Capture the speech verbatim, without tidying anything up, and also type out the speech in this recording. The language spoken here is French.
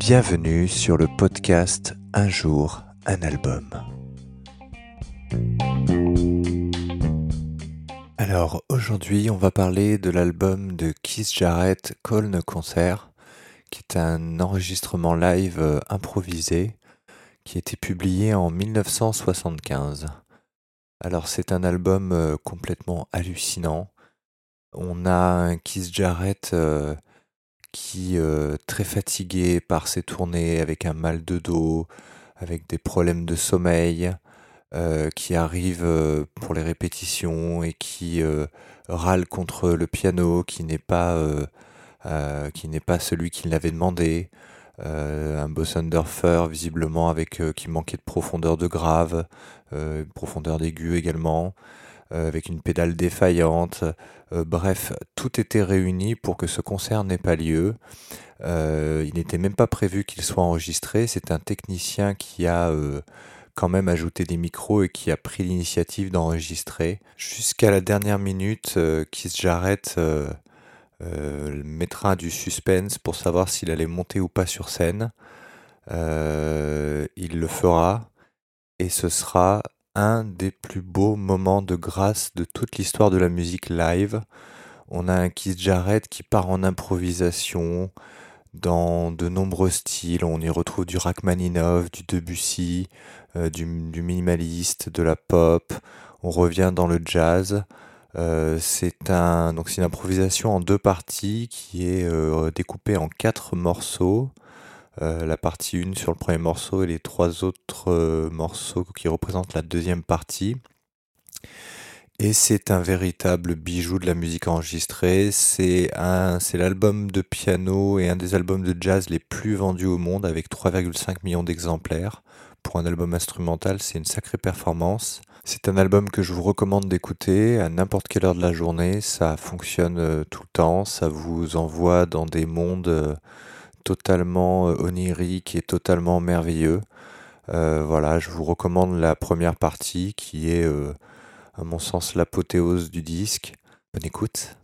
Bienvenue sur le podcast Un jour, un album. Alors aujourd'hui on va parler de l'album de Keith Jarrett, Colne Concert, qui est un enregistrement live euh, improvisé qui a été publié en dix-neuf cent soixante-quinze. Alors c'est un album euh, complètement hallucinant. On a un Keith Jarrett euh, qui, euh, très fatigué par ses tournées, avec un mal de dos, avec des problèmes de sommeil, euh, qui arrive euh, pour les répétitions et qui euh, râle contre le piano, qui n'est pas, euh, euh, qui n'est pas celui qu'il l'avait demandé. Euh, un Bosendorfer visiblement avec euh, qui manquait de profondeur de grave, euh, profondeur d'aigu également, euh, avec une pédale défaillante. Euh, bref, tout était réuni pour que ce concert n'ait pas lieu. Euh, il n'était même pas prévu qu'il soit enregistré. C'est un technicien qui a euh, quand même ajouté des micros et qui a pris l'initiative d'enregistrer. Jusqu'à la dernière minute, euh, Keith Jarrett euh, euh, mettra du suspense pour savoir s'il allait monter ou pas sur scène. Euh, il le fera et ce sera un des plus beaux moments de grâce de toute l'histoire de la musique live. On a un Keith Jarrett qui part en improvisation dans de nombreux styles. On y retrouve du Rachmaninov, du Debussy, euh, du, du minimaliste, de la pop. On revient dans le jazz. Euh, c'est un, donc c'est une improvisation en deux parties qui est euh, découpée en quatre morceaux. Euh, la partie un sur le premier morceau et les trois autres euh, morceaux qui représentent la deuxième partie. Et c'est un véritable bijou de la musique enregistrée. C'est un, c'est l'album de piano et un des albums de jazz les plus vendus au monde, avec trois virgule cinq millions d'exemplaires. Pour un album instrumental, c'est une sacrée performance. C'est un album que je vous recommande d'écouter à n'importe quelle heure de la journée. Ça fonctionne euh, tout le temps. Ça vous envoie dans des mondes euh, totalement euh, oniriques et totalement merveilleux. Euh, voilà, je vous recommande la première partie qui est... Euh, à mon sens, l'apothéose du disque. Bonne écoute.